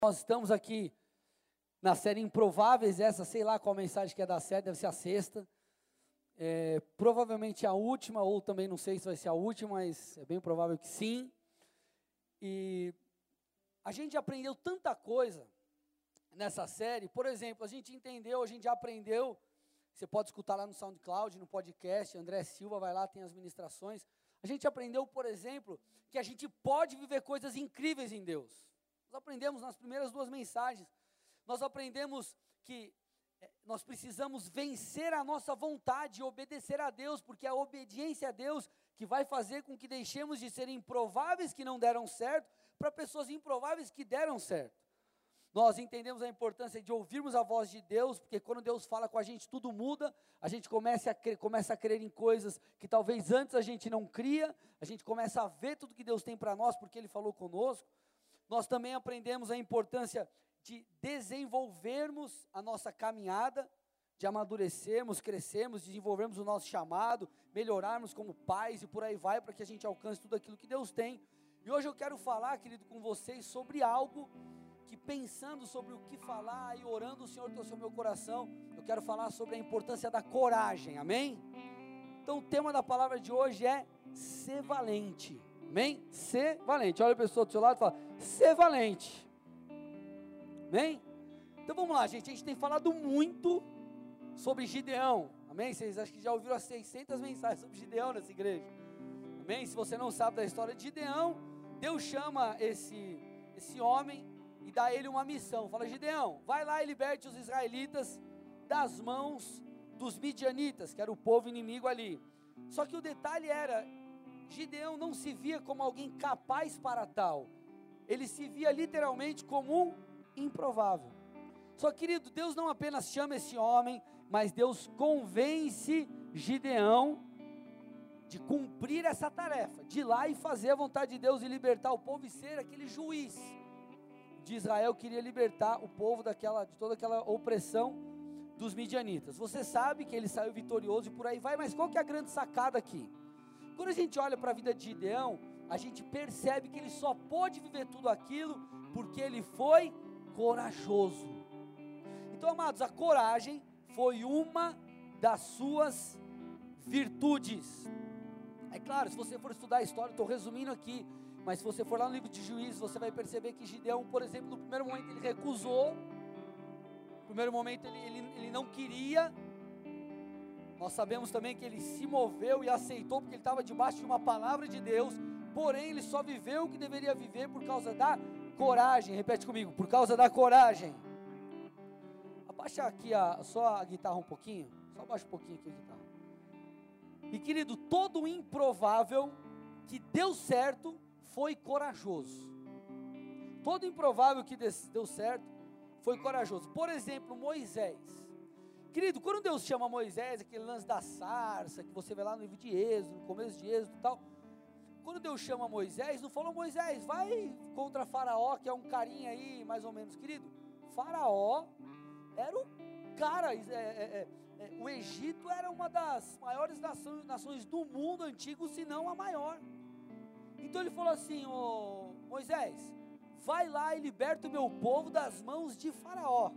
Nós estamos aqui na série Improváveis, essa, sei lá qual mensagem que é da série, deve ser a sexta. Provavelmente a última, ou também não sei se vai ser a última, mas é bem provável que sim. E a gente aprendeu tanta coisa nessa série. Por exemplo, a gente já aprendeu, você pode escutar lá no SoundCloud, no podcast, André Silva vai lá, tem as ministrações. A gente aprendeu, por exemplo, que a gente pode viver coisas incríveis em Deus. Nós aprendemos nas primeiras duas mensagens, nós aprendemos que nós precisamos vencer a nossa vontade e obedecer a Deus, porque é a obediência a Deus que vai fazer com que deixemos de ser improváveis que não deram certo, para pessoas improváveis que deram certo. Nós entendemos a importância de ouvirmos a voz de Deus, porque quando Deus fala com a gente, tudo muda, a gente começa a crer em coisas que talvez antes a gente não cria, a gente começa a ver tudo que Deus tem para nós, porque Ele falou conosco. Nós também aprendemos a importância de desenvolvermos a nossa caminhada, de amadurecermos, crescermos, desenvolvermos o nosso chamado, melhorarmos como pais e por aí vai, para que a gente alcance tudo aquilo que Deus tem. E hoje eu quero falar, querido, com vocês sobre algo que, pensando sobre o que falar e orando, o Senhor trouxe ao meu coração. Eu quero falar sobre a importância da coragem, amém? Então o tema da palavra de hoje é ser valente. Amém? Ser valente. Olha a pessoa do seu lado e fala, ser valente. Amém? Então vamos lá, gente. A gente tem falado muito sobre Gideão. Amém? Vocês acho que já ouviram as 600 mensagens sobre Gideão nessa igreja. Amém? Se você não sabe da história de Gideão, Deus chama esse homem e dá a ele uma missão. Fala, Gideão, vai lá e liberte os israelitas das mãos dos midianitas, que era o povo inimigo ali. Só que o detalhe era, Gideão não se via como alguém capaz para tal. Ele se via literalmente como um improvável. Só, querido, Deus não apenas chama esse homem, mas Deus convence Gideão de cumprir essa tarefa, de ir lá e fazer a vontade de Deus e libertar o povo e ser aquele juiz de Israel. Queria libertar o povo de toda aquela opressão dos midianitas. Você sabe que ele saiu vitorioso e por aí vai, mas qual que é a grande sacada aqui? Quando a gente olha para a vida de Gideão, a gente percebe que ele só pôde viver tudo aquilo porque ele foi corajoso. Então, amados, a coragem foi uma das suas virtudes. É claro, se você for estudar a história, estou resumindo aqui, mas se você for lá no livro de Juízes, você vai perceber que Gideão, por exemplo, no primeiro momento ele recusou, no primeiro momento ele não queria. Nós sabemos também que ele se moveu e aceitou, porque ele estava debaixo de uma palavra de Deus, porém ele só viveu o que deveria viver por causa da coragem. Repete comigo, por causa da coragem. Abaixa aqui só a guitarra um pouquinho, só abaixa um pouquinho aqui a guitarra. E, querido, todo improvável que deu certo foi corajoso. Todo improvável que deu certo foi corajoso. Por exemplo, Moisés. Querido, quando Deus chama Moisés, aquele lance da sarça, que você vê lá no livro de Êxodo, no começo de Êxodo e tal, quando Deus chama Moisés, não falou, Moisés, vai contra Faraó, que é um carinha aí, mais ou menos, querido. Faraó era o cara, o Egito era uma das maiores nações do mundo antigo, se não a maior. Então ele falou assim, Moisés, vai lá e liberta o meu povo das mãos de Faraó.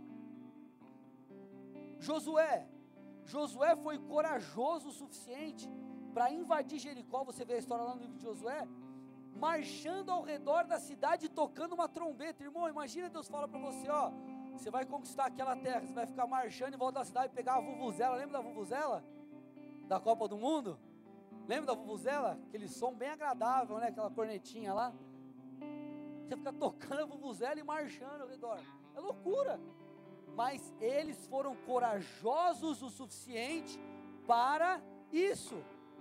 Josué foi corajoso o suficiente para invadir Jericó. Você vê a história lá no livro de Josué, marchando ao redor da cidade, tocando uma trombeta. Irmão, imagina Deus fala para você, você vai conquistar aquela terra, você vai ficar marchando em volta da cidade, pegar a vuvuzela. Lembra da vuvuzela? Da Copa do Mundo? Lembra da vuvuzela? Aquele som bem agradável, né? Aquela cornetinha lá. Você fica tocando a vuvuzela e marchando ao redor. É loucura. Mas eles foram corajosos o suficiente para isso.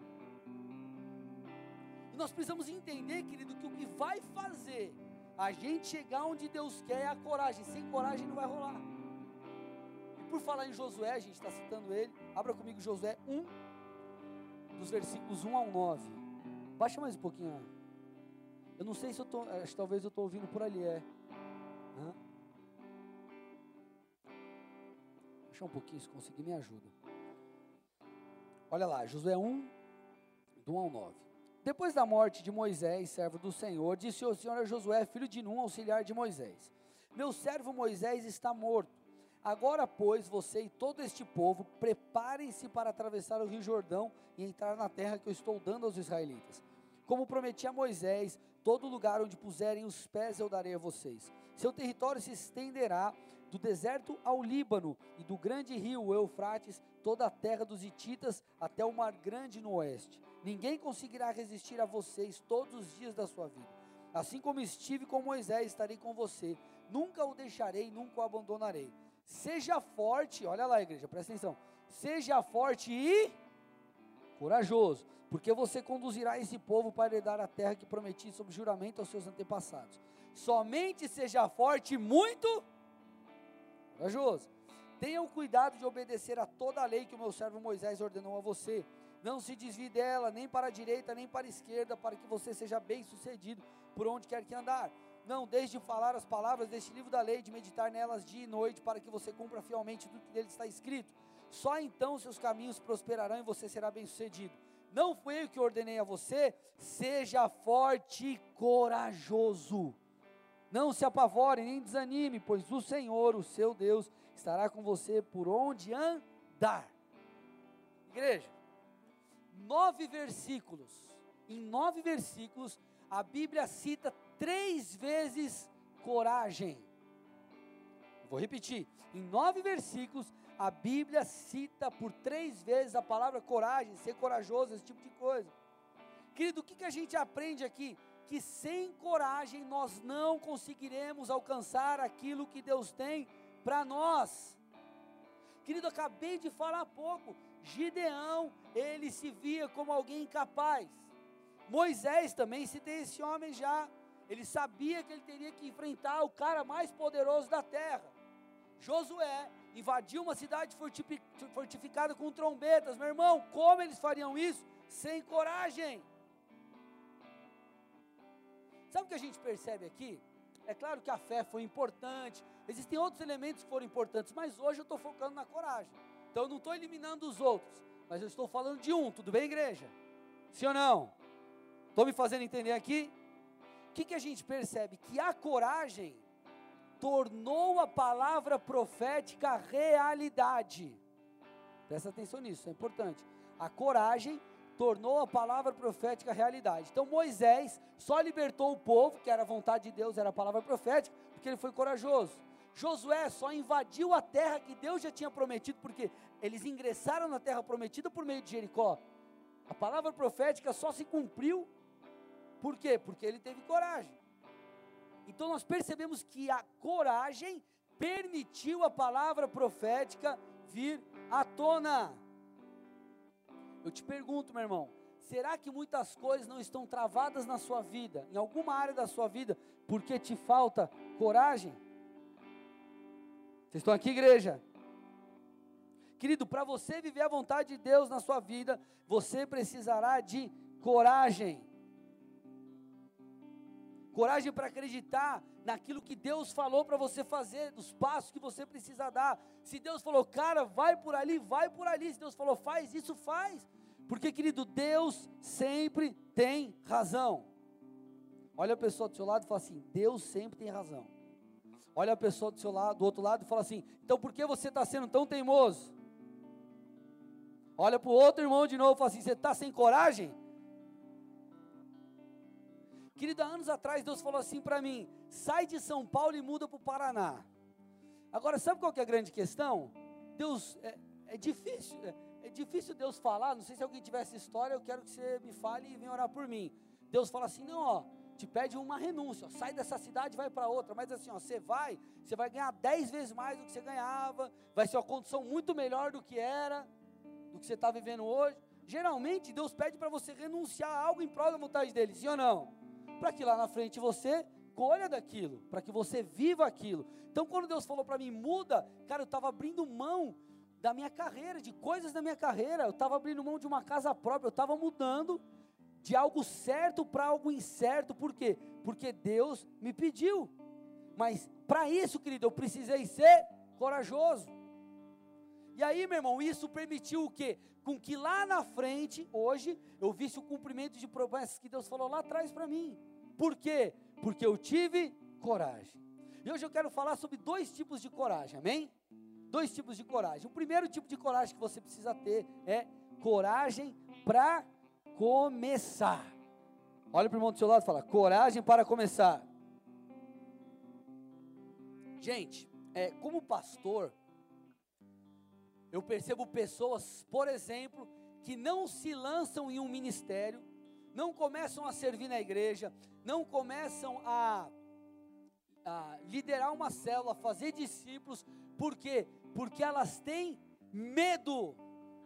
E nós precisamos entender, querido, que o que vai fazer a gente chegar onde Deus quer é a coragem. Sem coragem não vai rolar. E por falar em Josué, a gente está citando ele. Abra comigo Josué 1, dos versículos 1 ao 9. Baixa mais um pouquinho. Eu não sei se acho que talvez eu estou ouvindo por ali. Baixa um pouquinho, se conseguir me ajuda. Olha lá, Josué 1, do 1 ao 9. Depois da morte de Moisés, servo do Senhor, disse o Senhor a Josué, filho de Nun, auxiliar de Moisés: meu servo Moisés está morto. Agora, pois, você e todo este povo, preparem-se para atravessar o rio Jordão e entrar na terra que eu estou dando aos israelitas. Como prometi a Moisés, todo lugar onde puserem os pés eu darei a vocês. Seu território se estenderá do deserto ao Líbano e do grande rio, o Eufrates, toda a terra dos hititas até o mar grande no oeste. Ninguém conseguirá resistir a vocês todos os dias da sua vida. Assim como estive com Moisés, estarei com você. Nunca o deixarei, nunca o abandonarei. Seja forte, olha lá, igreja, presta atenção. Seja forte e corajoso, porque você conduzirá esse povo para herdar a terra que prometi sob juramento aos seus antepassados. Somente seja forte e muito corajoso. Tenha o cuidado de obedecer a toda a lei que o meu servo Moisés ordenou a você. Não se desvie dela, nem para a direita, nem para a esquerda, para que você seja bem sucedido por onde quer que andar. Não deixe de falar as palavras deste livro da lei, de meditar nelas dia e noite, para que você cumpra fielmente tudo que nele está escrito. Só então seus caminhos prosperarão e você será bem sucedido. Não foi eu que ordenei a você? Seja forte e corajoso. Não se apavore nem desanime, pois o Senhor, o seu Deus, estará com você por onde andar. Igreja, 9 versículos. Em 9 versículos, a Bíblia cita 3 vezes coragem. Vou repetir. Em 9 versículos, a Bíblia cita por 3 vezes a palavra coragem, ser corajoso, esse tipo de coisa. Querido, o que a gente aprende aqui? Que sem coragem nós não conseguiremos alcançar aquilo que Deus tem para nós. Querido, acabei de falar há pouco, Gideão, ele se via como alguém incapaz. Moisés também, citei esse homem já, ele sabia que ele teria que enfrentar o cara mais poderoso da terra. Josué invadiu uma cidade fortificada com trombetas. Meu irmão, como eles fariam isso? Sem coragem. Sabe o que a gente percebe aqui? É claro que a fé foi importante, existem outros elementos que foram importantes, mas hoje eu estou focando na coragem. Então eu não estou eliminando os outros, mas eu estou falando de um, tudo bem, igreja? Sim ou não? Estou me fazendo entender aqui? O que a gente percebe? Que a coragem tornou a palavra profética realidade. Presta atenção nisso, é importante. A coragem tornou a palavra profética realidade. Então Moisés só libertou o povo, que era a vontade de Deus, era a palavra profética, porque ele foi corajoso. Josué só invadiu a terra que Deus já tinha prometido, porque eles ingressaram na terra prometida por meio de Jericó. A palavra profética só se cumpriu, por quê? Porque ele teve coragem. Então nós percebemos que a coragem permitiu a palavra profética vir à tona. Eu te pergunto, meu irmão, será que muitas coisas não estão travadas na sua vida, em alguma área da sua vida, porque te falta coragem? Vocês estão aqui, igreja? Querido, para você viver a vontade de Deus na sua vida, você precisará de coragem. Coragem para acreditar naquilo que Deus falou para você fazer, dos passos que você precisa dar. Se Deus falou, cara, vai por ali, vai por ali. Se Deus falou, faz isso, faz. Porque, querido, Deus sempre tem razão. Olha a pessoa do seu lado e fala assim, Deus sempre tem razão. Olha a pessoa do seu lado, do outro lado e fala assim, então por que você está sendo tão teimoso? Olha para o outro irmão de novo e fala assim, você está sem coragem? Querido, há anos atrás Deus falou assim para mim, sai de São Paulo e muda para o Paraná. Agora, sabe qual que é a grande questão? Deus, é difícil Deus falar, não sei se alguém tiver essa história, eu quero que você me fale e venha orar por mim. Deus fala assim, não, ó, te pede uma renúncia, ó, sai dessa cidade e vai para outra, mas assim, ó, você vai ganhar 10 vezes mais do que você ganhava, vai ser uma condição muito melhor do que era, do que você está vivendo hoje. Geralmente, Deus pede para você renunciar a algo em prol da vontade dEle, sim ou não? Para que lá na frente você colha daquilo, para que você viva aquilo. Então quando Deus falou para mim, muda, cara, eu estava abrindo mão da minha carreira, de coisas da minha carreira, eu estava abrindo mão de uma casa própria, eu estava mudando de algo certo para algo incerto. Por quê? Porque Deus me pediu, mas para isso, querido, eu precisei ser corajoso. E aí, meu irmão, isso permitiu o quê? Com que lá na frente, hoje, eu visse o cumprimento de promessas que Deus falou lá atrás para mim. Por quê? Porque eu tive coragem. E hoje eu quero falar sobre 2 tipos de coragem, amém? 2 tipos de coragem. O primeiro tipo de coragem que você precisa ter é coragem para começar. Olha para o irmão do seu lado e fala, coragem para começar. Gente, como pastor, eu percebo pessoas, por exemplo, que não se lançam em um ministério, não começam a servir na igreja, não começam a liderar uma célula, fazer discípulos. Por quê? Porque elas têm medo.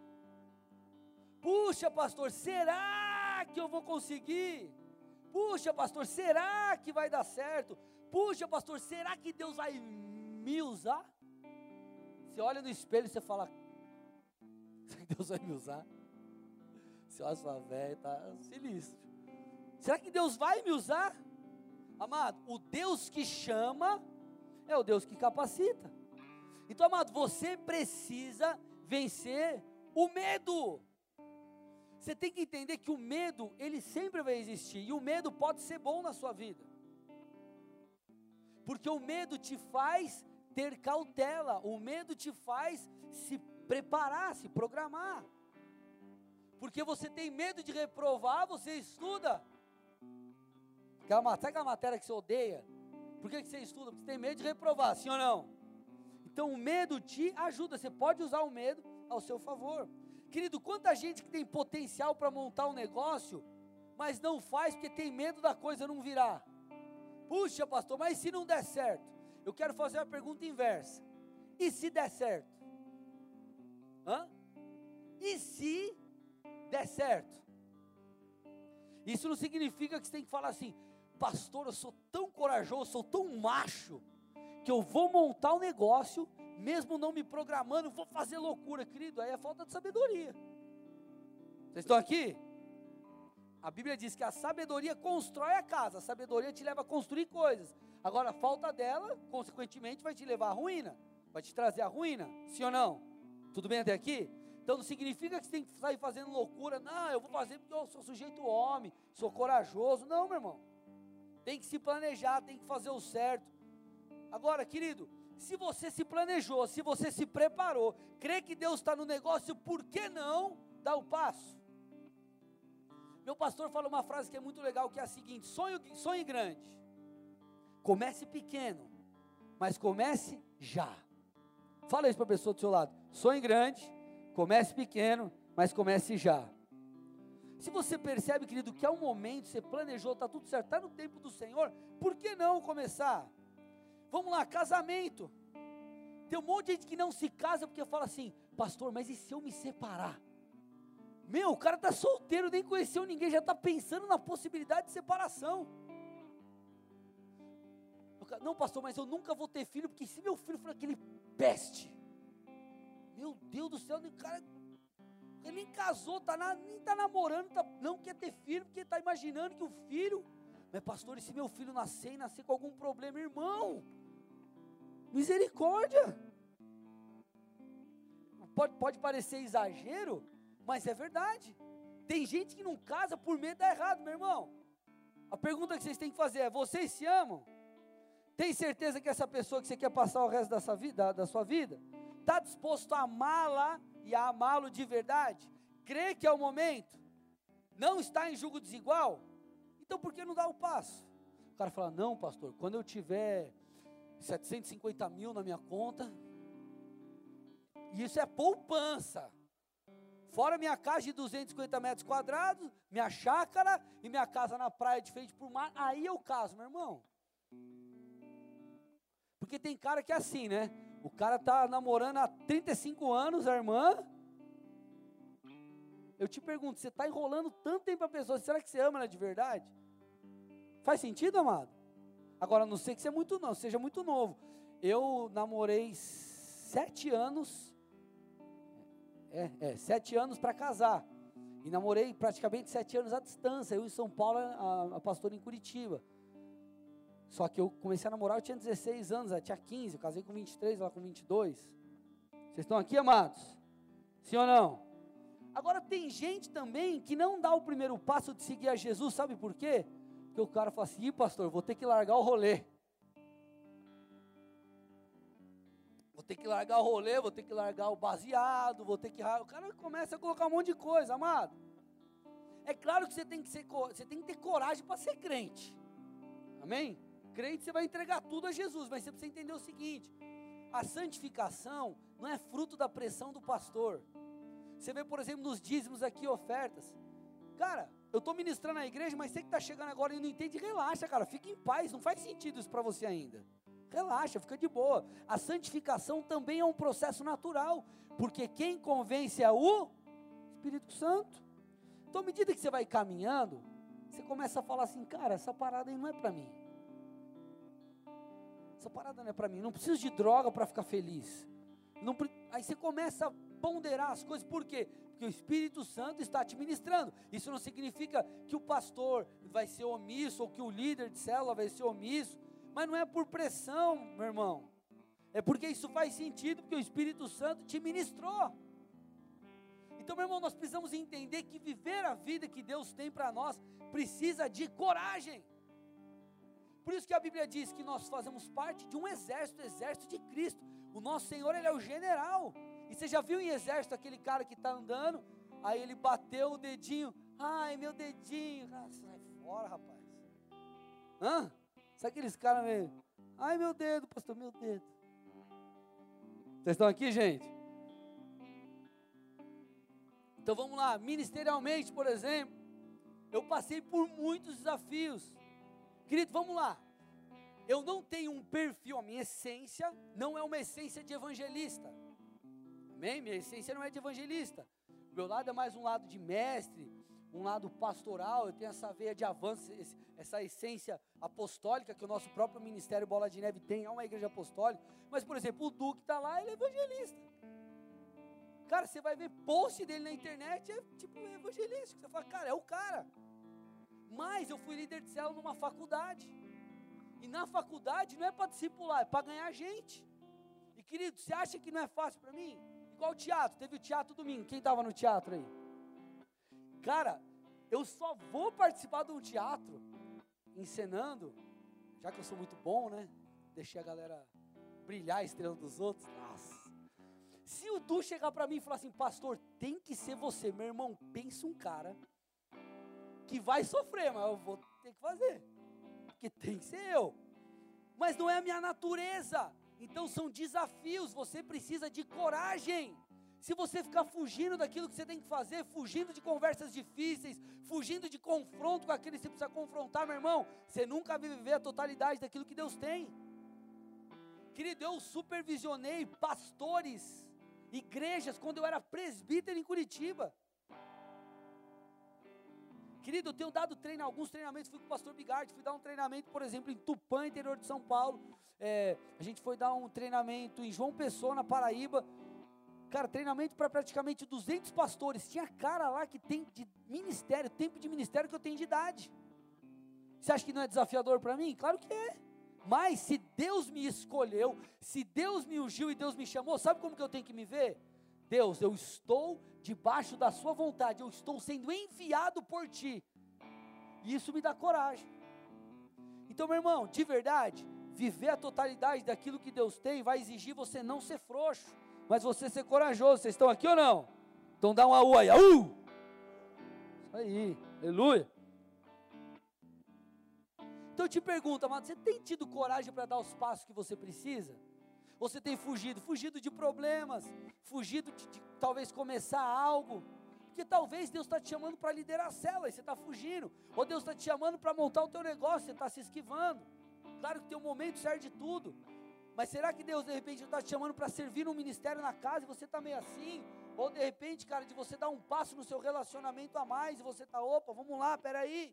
Puxa, pastor, será que eu vou conseguir? Puxa, pastor, será que vai dar certo? Puxa, pastor, será que Deus vai me usar? Você olha no espelho e você fala, será que Deus vai me usar? Você olha sua velha, está sinistro. Será que Deus vai me usar? Amado, o Deus que chama é o Deus que capacita. Então, amado, você precisa vencer o medo. Você tem que entender que o medo, ele sempre vai existir, e o medo pode ser bom na sua vida, porque o medo te faz ter cautela, o medo te faz se preparar, se programar, porque você tem medo de reprovar, você estuda. Sabe aquela matéria que você odeia? Por que você estuda? Porque você tem medo de reprovar, sim ou não? Então o medo te ajuda, você pode usar o medo ao seu favor. Querido, quanta gente que tem potencial para montar um negócio, mas não faz porque tem medo da coisa não virar. Puxa, pastor, mas se não der certo? Eu quero fazer uma pergunta inversa. E se der certo? E se der certo? Isso não significa que você tem que falar assim, pastor, eu sou tão corajoso, sou tão macho, que eu vou montar um negócio, mesmo não me programando, vou fazer loucura, querido. Aí é falta de sabedoria. Vocês estão aqui? A Bíblia diz que a sabedoria constrói a casa, a sabedoria te leva a construir coisas. Agora a falta dela, consequentemente, vai te levar à ruína, vai te trazer a ruína, sim ou não? Tudo bem até aqui? Então não significa que você tem que sair fazendo loucura, não, eu vou fazer porque eu sou sujeito homem, sou corajoso. Não, meu irmão, tem que se planejar, tem que fazer o certo. Agora, querido, se você se planejou, se você se preparou, crê que Deus está no negócio, por que não dar o passo? Meu pastor fala uma frase que é muito legal, que é a seguinte: sonhe grande, comece pequeno, mas comece já. Fala isso para a pessoa do seu lado, sonhe grande, comece pequeno, mas comece já. Se você percebe, querido, que é um momento, você planejou, está tudo certo, está no tempo do Senhor, por que não começar? Vamos lá, casamento. Tem um monte de gente que não se casa porque fala assim, pastor, mas e se eu me separar? Meu, o cara está solteiro, nem conheceu ninguém, já está pensando na possibilidade de separação. Não, pastor, mas eu nunca vou ter filho, porque se meu filho for aquele peste, meu Deus do céu, o cara ele nem casou, nem está namorando, não quer ter filho, porque está imaginando que o filho, mas pastor, e se meu filho nascer com algum problema, irmão? Misericórdia. Pode parecer exagero, mas é verdade. Tem gente que não casa por medo de dar errado, meu irmão. A pergunta que vocês têm que fazer é, vocês se amam? Tem certeza que essa pessoa que você quer passar o resto da sua vida, está disposto a amá-la e a amá-lo de verdade? Crê que é o momento? Não está em julgo desigual? Então por que não dá o passo? O cara fala, não pastor, quando eu tiver 750 mil na minha conta, e isso é poupança, fora minha casa de 250 metros quadrados, minha chácara e minha casa na praia de frente para o mar, aí eu caso, meu irmão. Porque tem cara que é assim, né? O cara está namorando há 35 anos, a irmã. Eu te pergunto, você está enrolando tanto tempo a pessoa, será que você ama ela de verdade? Faz sentido, amado? Agora, não sei que você seja muito novo. Eu namorei 7 anos, 7 anos para casar. E namorei praticamente 7 anos à distância. Eu em São Paulo, a pastora em Curitiba. Só que eu comecei a namorar, eu tinha 16 anos, ela tinha 15, eu casei com 23, ela com 22. Vocês estão aqui, amados? Sim ou não? Agora tem gente também que não dá o primeiro passo de seguir a Jesus, sabe por quê? Porque o cara fala assim, pastor, eu vou ter que largar o rolê. ter que largar o rolê, vou ter que largar o baseado, vou ter que... O cara começa a colocar um monte de coisa, amado. É claro que você tem que ter coragem para ser crente. Amém? Crente, você vai entregar tudo a Jesus, mas você precisa entender o seguinte: a santificação não é fruto da pressão do pastor. Você vê, por exemplo, nos dízimos aqui, ofertas. Cara, eu estou ministrando na igreja, mas você que está chegando agora e não entende, relaxa, cara, fica em paz, não faz sentido isso para você ainda. Relaxa, fica de boa. A santificação também é um processo natural, porque quem convence é o Espírito Santo. Então, à medida que você vai caminhando, você começa a falar assim: cara, essa parada aí não é para mim. Essa parada não é para mim. Não preciso de droga para ficar feliz. Aí você começa a ponderar as coisas. Por quê? Porque o Espírito Santo está te ministrando. Isso não significa que o pastor vai ser omisso, ou que o líder de célula vai ser omisso. Mas não é por pressão, meu irmão. É porque isso faz sentido, porque o Espírito Santo te ministrou. Então, meu irmão, nós precisamos entender que viver a vida que Deus tem para nós precisa de coragem. Por isso que a Bíblia diz que nós fazemos parte de um exército, o exército de Cristo. O nosso Senhor, Ele é o general. E você já viu em exército aquele cara que está andando, aí ele bateu o dedinho, ai meu dedinho, ah, sai fora, rapaz. Sabe aqueles caras meio, ai meu dedo, pastor, meu dedo. Vocês estão aqui, gente? Então vamos lá, ministerialmente, por exemplo, eu passei por muitos desafios. Querido, vamos lá. Eu não tenho um perfil, a minha essência não é uma essência de evangelista. Amém? Minha essência não é de evangelista. O meu lado é mais um lado de mestre, um lado pastoral. Eu tenho essa veia de avanço, essa essência apostólica que o nosso próprio Ministério Bola de Neve tem, é uma igreja apostólica. Mas, por exemplo, o Du que está lá, ele é evangelista. Cara, você vai ver post dele na internet, é tipo evangelístico. Você fala, cara, é o cara. Mas eu fui líder de célula numa faculdade. E na faculdade não é para discipular, é para ganhar gente. E querido, você acha que não é fácil para mim? Igual o teatro, teve o teatro domingo. Quem estava no teatro aí? Cara, eu só vou participar de um teatro encenando, já que eu sou muito bom, né? Deixei a galera brilhar a estrela dos outros. Nossa. Se o Du chegar para mim e falar assim, pastor, tem que ser você, meu irmão, pensa um cara que vai sofrer, mas eu vou ter que fazer, porque tem que ser eu. Mas não é a minha natureza. Então são desafios, você precisa de coragem. Se você ficar fugindo daquilo que você tem que fazer, fugindo de conversas difíceis, fugindo de confronto com aquele que você precisa confrontar, meu irmão, você nunca vai viver a totalidade daquilo que Deus tem. Querido, eu supervisionei pastores, igrejas, quando eu era presbítero em Curitiba. Querido, eu tenho dado alguns treinamentos, fui com o pastor Bigardi, fui dar um treinamento, por exemplo, em Tupã, interior de São Paulo. A gente foi dar um treinamento em João Pessoa, na Paraíba. Cara, treinamento para praticamente 200 pastores. Tinha cara lá que tem de ministério, tempo de ministério que eu tenho de idade. Você acha que não é desafiador para mim? Claro que é. Mas se Deus me escolheu, se Deus me ungiu e Deus me chamou, sabe como que eu tenho que me ver? Deus, eu estou debaixo da sua vontade, eu estou sendo enviado por ti. E isso me dá coragem. Então, meu irmão, de verdade, viver a totalidade daquilo que Deus tem vai exigir você não ser frouxo, mas você ser corajoso. Vocês estão aqui ou não? Então dá uma aí. Isso aí, aleluia. Então eu te pergunto, amado, você tem tido coragem para dar os passos que você precisa? Você tem fugido de problemas, fugido de talvez começar algo, porque talvez Deus está te chamando para liderar a célula e você está fugindo, ou Deus está te chamando para montar o teu negócio, você está se esquivando. Claro que tem um momento certo de tudo, mas será que Deus de repente está te chamando para servir num ministério na casa e você está meio assim? Ou de repente, cara, de você dar um passo no seu relacionamento a mais e você está, opa, vamos lá, peraí.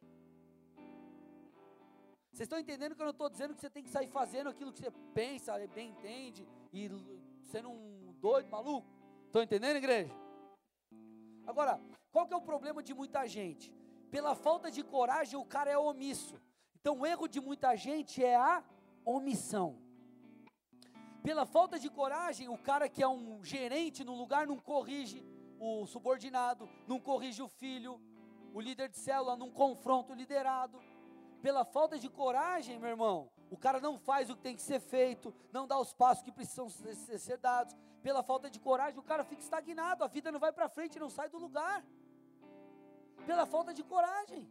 Vocês estão entendendo que eu não estou dizendo que você tem que sair fazendo aquilo que você pensa, bem entende, e sendo um doido, maluco? Estão entendendo, igreja? Agora, qual que é o problema de muita gente? Pela falta de coragem, o cara é omisso. Então, o erro de muita gente é a omissão. Pela falta de coragem, o cara que é um gerente no lugar não corrige o subordinado, não corrige o filho, o líder de célula não confronta o liderado. Pela falta de coragem, meu irmão, o cara não faz o que tem que ser feito, não dá os passos que precisam ser dados, pela falta de coragem, o cara fica estagnado, a vida não vai para frente, não sai do lugar, pela falta de coragem.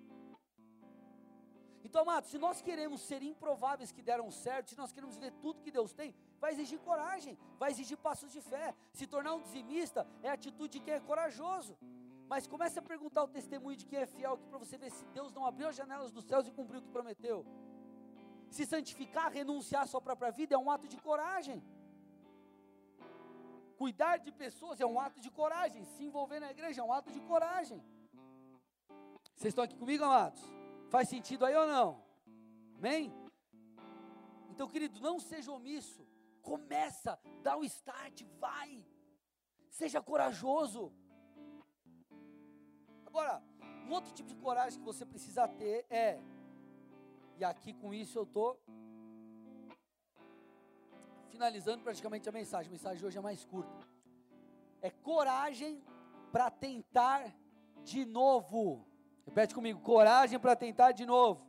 Então, amados, se nós queremos ser improváveis que deram certo, se nós queremos ver tudo que Deus tem, vai exigir coragem, vai exigir passos de fé. Se tornar um dizimista é a atitude de quem é corajoso. Mas comece a perguntar o testemunho de quem é fiel aqui, para você ver se Deus não abriu as janelas dos céus e cumpriu o que prometeu. Se santificar, renunciar à sua própria vida é um ato de coragem. Cuidar de pessoas é um ato de coragem. Se envolver na igreja é um ato de coragem. Vocês estão aqui comigo, amados? Faz sentido aí ou não? Amém? Então, querido, não seja omisso. Começa, dá um start, vai. Seja corajoso. Agora, um outro tipo de coragem que você precisa ter é, e aqui com isso eu estou finalizando praticamente a mensagem de hoje é mais curta. É coragem para tentar de novo. Repete comigo, coragem para tentar de novo.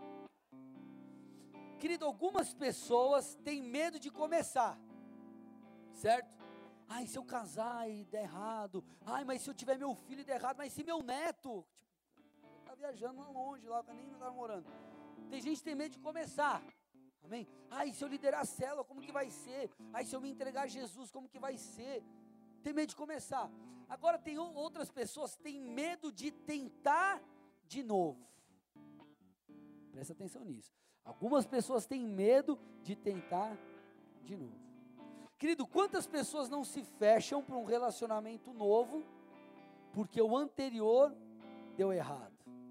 Querido, algumas pessoas têm medo de começar, certo? Ai, se eu casar e der errado, ai, mas se eu tiver meu filho e der errado, mas se meu neto, está viajando longe lá, nem está morando. Tem gente que tem medo de começar, amém? Ai, se eu liderar a célula, como que vai ser? Ai, se eu me entregar a Jesus, como que vai ser? Tem medo de começar. Agora tem outras pessoas que têm medo de tentar de novo. Presta atenção nisso. Algumas pessoas têm medo de tentar de novo. Querido, quantas pessoas não se fecham para um relacionamento novo porque o anterior deu errado?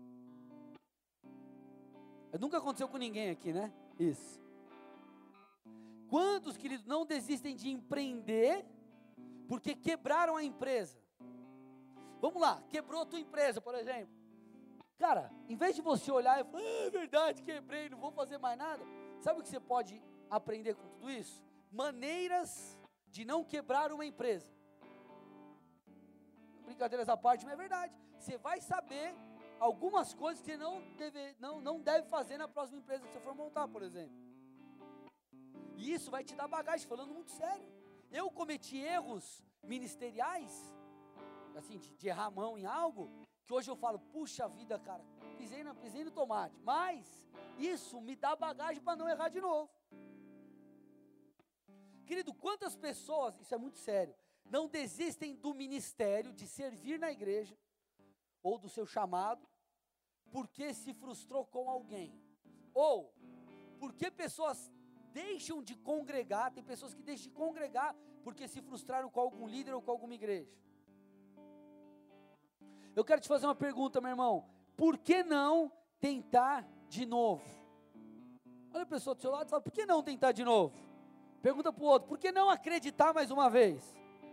Nunca aconteceu com ninguém aqui, né? Isso. Quantos, querido, não desistem de empreender porque quebraram a empresa? Vamos lá, quebrou a tua empresa, por exemplo. Cara, em vez de você olhar e falar, é verdade, quebrei, não vou fazer mais nada. Sabe o que você pode aprender com tudo isso? Maneiras de não quebrar uma empresa. Brincadeiras à parte, mas é verdade. Você vai saber algumas coisas que você não deve fazer na próxima empresa que você for montar, por exemplo. E isso vai te dar bagagem, falando muito sério. Eu cometi erros ministeriais, assim, de errar a mão em algo, que hoje eu falo, puxa vida, cara, pisei no tomate. Mas isso me dá bagagem para não errar de novo. Querido, quantas pessoas, isso é muito sério, não desistem do ministério, de servir na igreja, ou do seu chamado, porque se frustrou com alguém, ou porque pessoas deixam de congregar, tem pessoas que deixam de congregar, porque se frustraram com algum líder ou com alguma igreja. Eu quero te fazer uma pergunta, meu irmão, por que não tentar de novo? Olha a pessoa do seu lado e fala, por que não tentar de novo? Pergunta para o outro, por que não acreditar mais uma vez?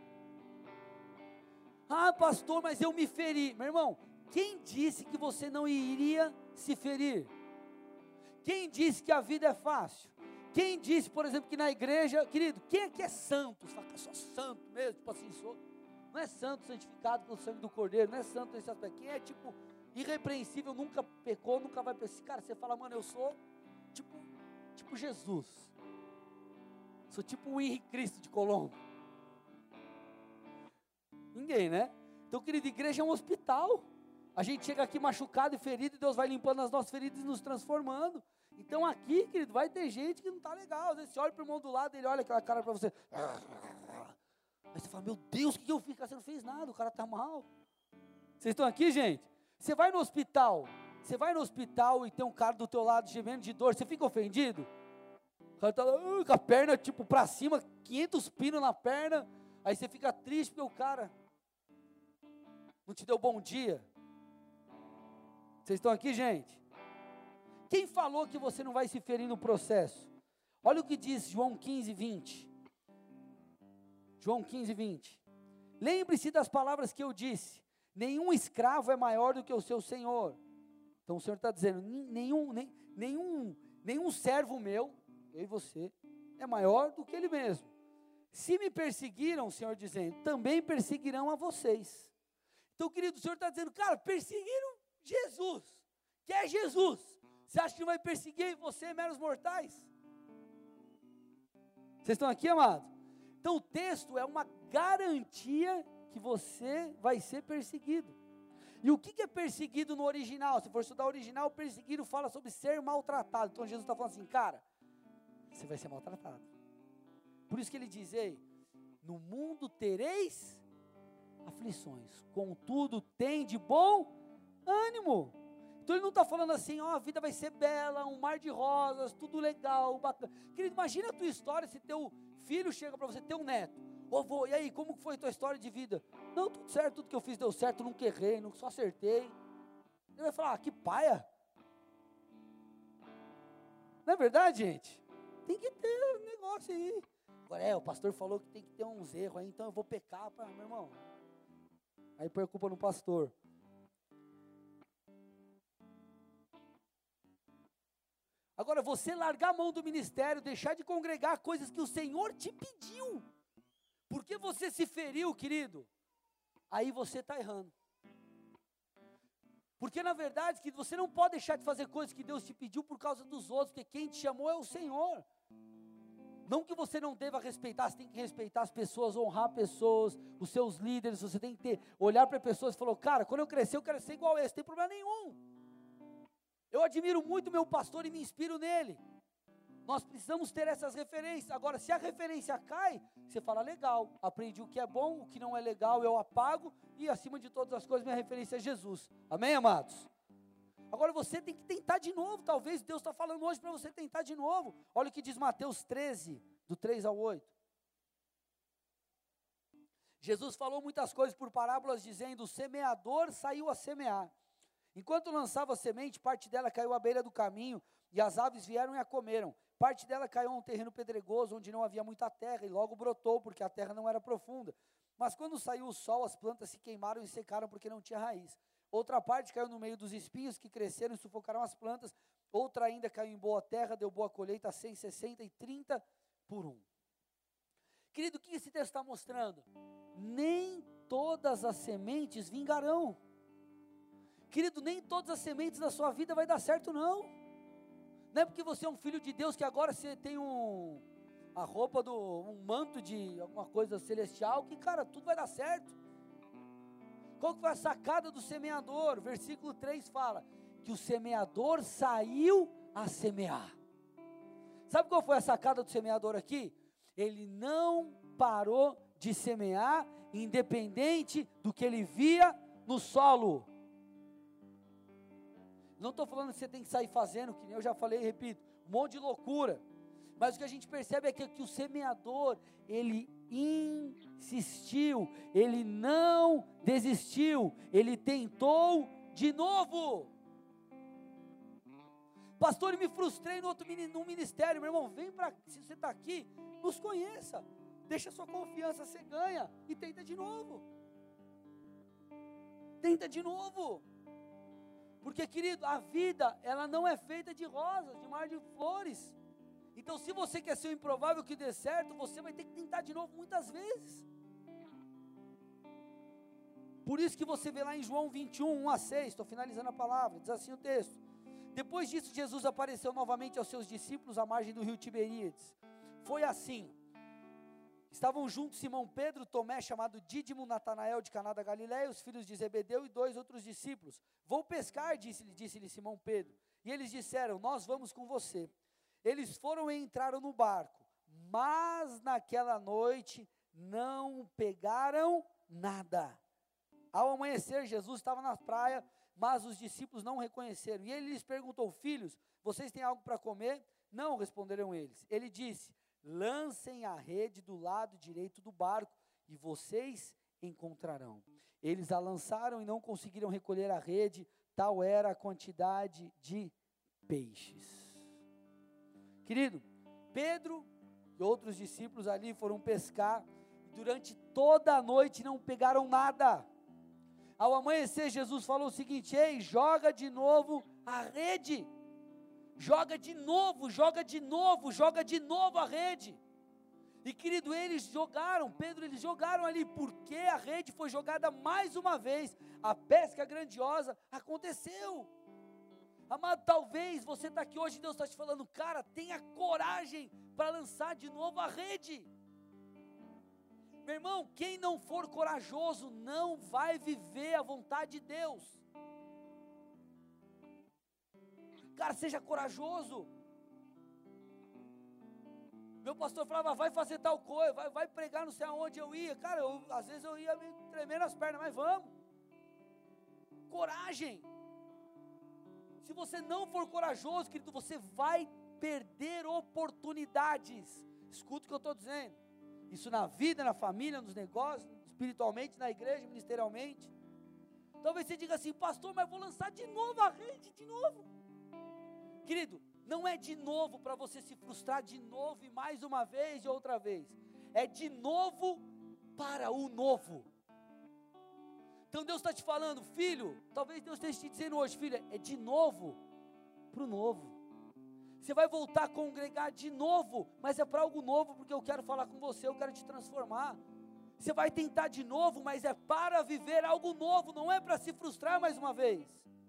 Ah, pastor, mas eu me feri. Meu irmão, quem disse que você não iria se ferir? Quem disse que a vida é fácil? Quem disse, por exemplo, que na igreja, querido, quem aqui é santo? Você fala que eu sou santo mesmo, tipo assim, não é santo santificado pelo sangue do Cordeiro, não é santo nesse aspecto. Quem é tipo irrepreensível, nunca pecou, nunca vai pecar. Cara, você fala, mano, eu sou tipo Jesus. Sou tipo o Henrique Cristo de Colombo. Ninguém, né? Então, querido, igreja é um hospital. A gente chega aqui machucado e ferido, e Deus vai limpando as nossas feridas e nos transformando. Então aqui, querido, vai ter gente que não está legal. Às vezes você olha para o irmão do lado, ele olha aquela cara para você. Aí você fala, meu Deus, o que eu fiz? Você não fez nada, o cara está mal. Vocês estão aqui, gente? Você vai no hospital e tem um cara do teu lado gemendo de dor, você fica ofendido? O cara está com a perna tipo para cima, 500 pinos na perna, aí você fica triste porque o cara não te deu bom dia. Vocês estão aqui, gente? Quem falou que você não vai se ferir no processo? Olha o que diz João 15, 20. João 15, 20. Lembre-se das palavras que eu disse. Nenhum escravo é maior do que o seu senhor. Então o Senhor está dizendo, nenhum servo meu, eu e você, é maior do que ele mesmo. Se me perseguiram, o Senhor dizendo, também perseguirão a vocês. Então, querido, o Senhor está dizendo, cara, perseguiram Jesus, que é Jesus. Você acha que não vai perseguir você, meros mortais? Vocês estão aqui, amados? Então o texto é uma garantia que você vai ser perseguido. E o que é perseguido no original? Se for estudar o original, perseguido fala sobre ser maltratado. Então Jesus está falando assim, cara, você vai ser maltratado. Por isso que ele diz, ei, no mundo tereis aflições, contudo tem de bom ânimo. Então ele não está falando assim, ó, a vida vai ser bela, um mar de rosas, tudo legal, bacana. Querido, imagina a tua história se teu filho chega para você, teu neto, ô vô, e aí, como foi a tua história de vida? Não, tudo certo, tudo que eu fiz deu certo, nunca errei, só acertei. Ele vai falar, que paia. Não é verdade, gente? Tem que ter um negócio aí. Agora, o pastor falou que tem que ter uns erros aí, então eu vou pecar, meu irmão. Aí põe a culpa no pastor. Agora, você largar a mão do ministério, deixar de congregar coisas que o Senhor te pediu, porque você se feriu, querido, aí você está errando. Porque na verdade, que você não pode deixar de fazer coisas que Deus te pediu por causa dos outros, porque quem te chamou é o Senhor. Não que você não deva respeitar, você tem que respeitar as pessoas, honrar pessoas, os seus líderes, você tem que olhar para pessoas e falar, cara, quando eu crescer, eu quero ser igual a esse, não tem problema nenhum. Eu admiro muito meu pastor e me inspiro nele. Nós precisamos ter essas referências. Agora, se a referência cai, você fala, legal, aprendi o que é bom, o que não é legal eu apago, e acima de todas as coisas, minha referência é Jesus. Amém, amados? Agora você tem que tentar de novo, talvez Deus está falando hoje para você tentar de novo. Olha o que diz Mateus 13, do 3 ao 8. Jesus falou muitas coisas por parábolas, dizendo, o semeador saiu a semear. Enquanto lançava a semente, parte dela caiu à beira do caminho, e as aves vieram e a comeram. Parte dela caiu em um terreno pedregoso, onde não havia muita terra, e logo brotou, porque a terra não era profunda. Mas quando saiu o sol, as plantas se queimaram e secaram, porque não tinha raiz. Outra parte caiu no meio dos espinhos, que cresceram e sufocaram as plantas. Outra ainda caiu em boa terra, deu boa colheita, 100, 60 e 30 por 1. Querido, o que esse texto está mostrando? Nem todas as sementes vingarão. Querido, nem todas as sementes da sua vida vai dar certo, não. Não é porque você é um filho de Deus que agora você tem um manto de alguma coisa celestial, que, cara, tudo vai dar certo. Qual que foi a sacada do semeador? Versículo 3 fala que o semeador saiu a semear. Sabe qual foi a sacada do semeador aqui? Ele não parou de semear, independente do que ele via no solo. Não estou falando que você tem que sair fazendo, que nem eu já falei e repito, um monte de loucura. Mas o que a gente percebe é que o semeador, ele insistiu, ele não desistiu, ele tentou de novo. Pastor, eu me frustrei no ministério, meu irmão, vem para, se você está aqui, nos conheça, deixa a sua confiança, você ganha, e tenta de novo. Tenta de novo. Porque, querido, a vida, ela não é feita de rosas, de mar de flores. Então, se você quer ser o improvável que dê certo, você vai ter que tentar de novo muitas vezes. Por isso que você vê lá em João 21, 1 a 6, estou finalizando a palavra, diz assim o texto. Depois disso, Jesus apareceu novamente aos seus discípulos à margem do rio Tiberíades. Foi assim. Estavam juntos Simão Pedro, Tomé, chamado Dídimo, Natanael de Caná da Galileia, os filhos de Zebedeu e 2 outros discípulos. Vou pescar, disse-lhe Simão Pedro. E eles disseram, nós vamos com você. Eles foram e entraram no barco, mas naquela noite não pegaram nada. Ao amanhecer, Jesus estava na praia, mas os discípulos não o reconheceram. E ele lhes perguntou, filhos, vocês têm algo para comer? Não, responderam eles. Ele disse, lancem a rede do lado direito do barco e vocês encontrarão. Eles a lançaram e não conseguiram recolher a rede, tal era a quantidade de peixes. Querido, Pedro e outros discípulos ali foram pescar e durante toda a noite não pegaram nada. Ao amanhecer, Jesus falou o seguinte, ei, joga de novo a rede. Joga de novo a rede. E querido, eles jogaram ali, porque a rede foi jogada mais uma vez, a pesca grandiosa aconteceu. Amado, talvez você está aqui hoje e Deus está te falando, cara, tenha coragem para lançar de novo a rede. Meu irmão, quem não for corajoso não vai viver a vontade de Deus. Cara, seja corajoso. Meu pastor falava, vai fazer tal coisa, vai pregar não sei aonde eu ia. Cara, às vezes eu ia me tremendo as pernas, mas vamos. Coragem. Se você não for corajoso, querido, você vai perder oportunidades. Escuta o que eu estou dizendo. Isso na vida, na família, nos negócios, espiritualmente, na igreja, ministerialmente. Talvez você diga assim, pastor, mas vou lançar de novo a rede, de novo. Querido, não é de novo para você se frustrar de novo e mais uma vez e outra vez. É de novo para o novo. Então Deus está te falando, filho, talvez Deus esteja te dizendo hoje, filha, é de novo para o novo. Você vai voltar a congregar de novo, mas é para algo novo, porque eu quero falar com você, eu quero te transformar. Você vai tentar de novo, mas é para viver algo novo, não é para se frustrar mais uma vez.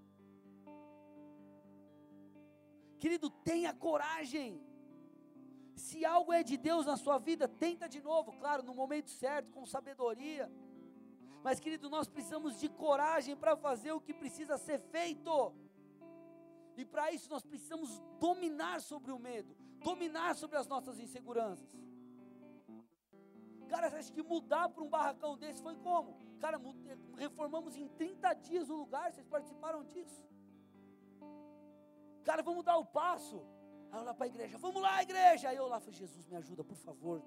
Querido, tenha coragem. Se algo é de Deus na sua vida, tenta de novo, claro, no momento certo, com sabedoria. Mas, querido, nós precisamos de coragem para fazer o que precisa ser feito. E para isso nós precisamos dominar sobre o medo, dominar sobre as nossas inseguranças. Cara, você acha que mudar para um barracão desse foi como? Cara, reformamos em 30 dias o lugar, vocês participaram disso? Cara, vamos dar o passo. Aí eu lá para a igreja, vamos lá igreja. Aí eu lá falei, Jesus me ajuda por favor.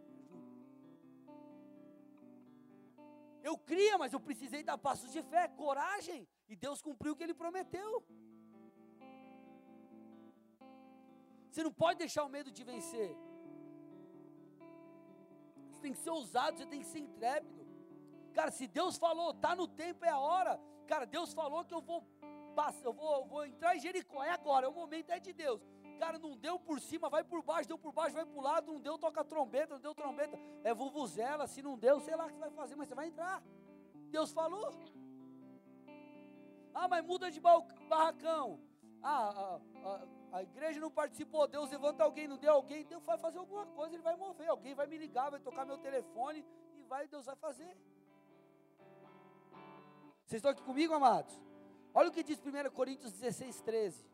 Eu cria, mas eu precisei dar passos de fé, coragem. E Deus cumpriu o que Ele prometeu. Você não pode deixar o medo te vencer. Você tem que ser ousado, você tem que ser intrépido. Cara, se Deus falou, está no tempo, é a hora. Cara, Deus falou que eu vou entrar em Jericó, é agora, o momento é de Deus. Cara, não deu por cima, vai por baixo, deu por baixo, vai por lado, não deu, toca trombeta, não deu trombeta, é vuvuzela, se não deu, sei lá o que você vai fazer, mas você vai entrar. Deus falou. Ah, mas muda de barracão. A igreja não participou, Deus levanta alguém, não deu alguém, Deus vai fazer alguma coisa, Ele vai mover, alguém vai me ligar, vai tocar meu telefone, e Deus vai fazer. Vocês estão aqui comigo, amados? Olha o que diz 1 Coríntios 16, 13.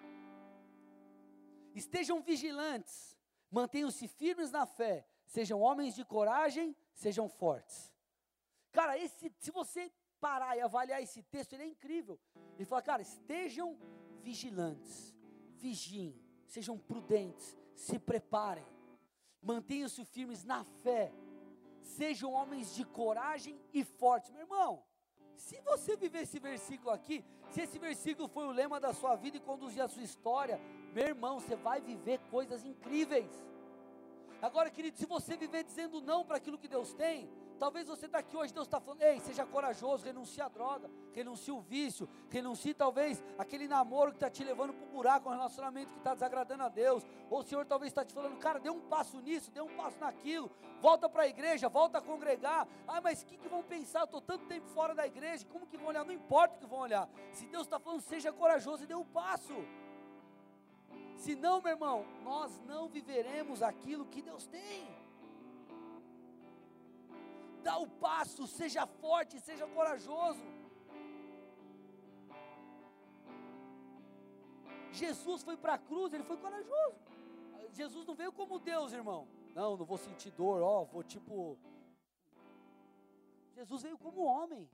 Estejam vigilantes, mantenham-se firmes na fé, sejam homens de coragem, sejam fortes. Cara, se você parar e avaliar esse texto, ele é incrível. Ele fala, cara, estejam vigilantes, vigiem, sejam prudentes, se preparem, mantenham-se firmes na fé, sejam homens de coragem e fortes. Meu irmão, se você viver esse versículo aqui, se esse versículo foi o lema da sua vida e conduzir a sua história, meu irmão, você vai viver coisas incríveis. Agora, querido, se você viver dizendo não para aquilo que Deus tem, talvez você está aqui hoje, Deus está falando, ei, seja corajoso, renuncie à droga, renuncie o vício, renuncie talvez aquele namoro que está te levando para o buraco, um relacionamento que está desagradando a Deus, ou o Senhor talvez está te falando, cara, dê um passo nisso, dê um passo naquilo, volta para a igreja, volta a congregar. Ah, mas o que vão pensar? Eu estou tanto tempo fora da igreja, como que vão olhar? Não importa o que vão olhar, se Deus está falando, seja corajoso e dê um passo. Senão, meu irmão, nós não viveremos aquilo que Deus tem. Dá o passo, seja forte, seja corajoso. Jesus foi para a cruz, Ele foi corajoso. Jesus não veio como Deus, irmão. Não vou sentir dor, Jesus veio como homem.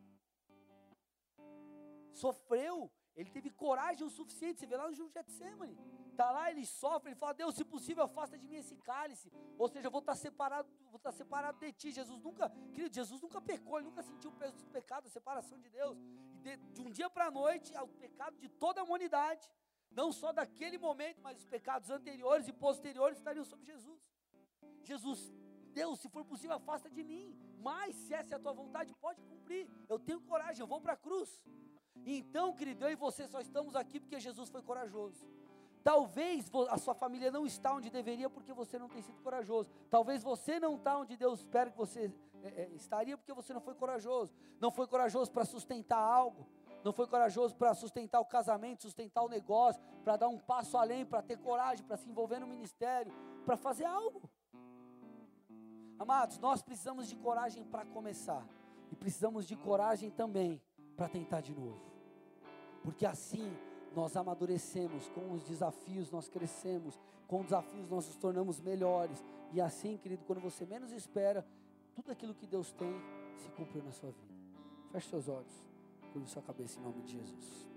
Sofreu, Ele teve coragem o suficiente, você vê lá no Getsemane. Está lá, Ele sofre, Ele fala, Deus, se possível, afasta de mim esse cálice. Ou seja, eu vou estar separado de Ti. Jesus nunca pecou, Ele nunca sentiu o peso do pecado, a separação de Deus. E de um dia para a noite, o pecado de toda a humanidade, não só daquele momento, mas os pecados anteriores e posteriores estariam sobre Jesus. Jesus, Deus, se for possível, afasta de mim. Mas, se essa é a Tua vontade, pode cumprir. Eu tenho coragem, eu vou para a cruz. Então, querido, eu e você só estamos aqui porque Jesus foi corajoso. Talvez a sua família não está onde deveria porque você não tem sido corajoso. Talvez você não está onde Deus espera que você estaria porque você não foi corajoso. Não foi corajoso para sustentar algo. não foi corajoso para sustentar o casamento, sustentar o negócio, para dar um passo além, para ter coragem, para se envolver no ministério, para fazer algo. Amados, nós precisamos de coragem para começar, e precisamos de coragem também para tentar de novo, porque assim nós amadurecemos, com os desafios nós crescemos, com os desafios nós nos tornamos melhores, e assim, querido, quando você menos espera, tudo aquilo que Deus tem se cumpriu na sua vida. Feche seus olhos, curva sua cabeça em nome de Jesus.